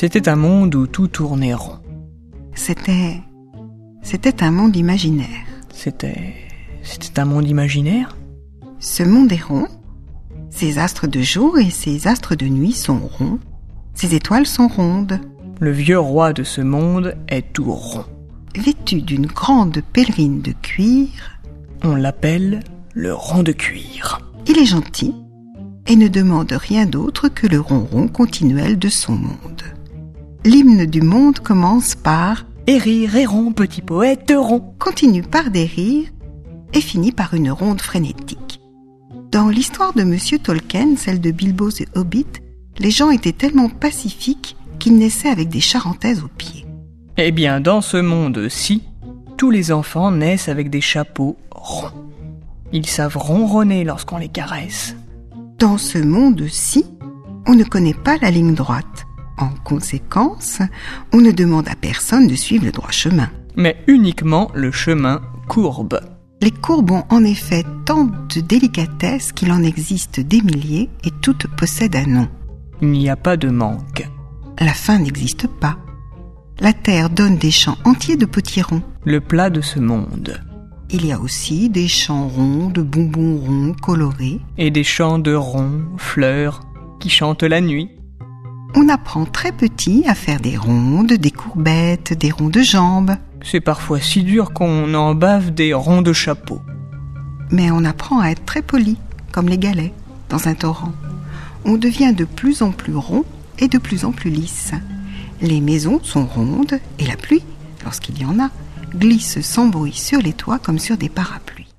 C'était un monde où tout tournait rond. C'était un monde imaginaire. C'était un monde imaginaire? Ce monde est rond. Ses astres de jour et ses astres de nuit sont ronds. Ses étoiles sont rondes. Le vieux roi de ce monde est tout rond. Vêtu d'une grande pèlerine de cuir, On l'appelle le rond de cuir. il est gentil et ne demande rien d'autre que le ronron continuel de son monde. L'hymne du monde commence par Et rire et rond, petit poète rond. continue par des rires et finit par une ronde frénétique. Dans l'histoire de Monsieur Tolkien, celle de Bilbo et Hobbit, les gens étaient tellement pacifiques qu'ils naissaient avec des charentaises aux pieds. Eh bien, dans ce monde-ci, tous les enfants naissent avec des chapeaux ronds. Ils savent ronronner lorsqu'on les caresse. Dans ce monde-ci, on ne connaît pas la ligne droite. En conséquence, on ne demande à personne de suivre le droit chemin. Mais uniquement le chemin courbe. Les courbes ont en effet tant de délicatesse qu'il en existe des milliers et toutes possèdent un nom. Il n'y a pas de manque. La fin n'existe pas. La terre donne des champs entiers de potirons. Le plat de ce monde. Il y a aussi des champs ronds de bonbons ronds colorés. Et des champs de ronds, fleurs, qui chantent la nuit. On apprend très petit à faire des rondes, des courbettes, des ronds de jambes. C'est parfois si dur qu'on en bave des ronds de chapeau. Mais on apprend à être très poli, comme les galets, dans un torrent. On devient de plus en plus rond et de plus en plus lisse. Les maisons sont rondes et la pluie, lorsqu'il y en a, glisse sans bruit sur les toits comme sur des parapluies.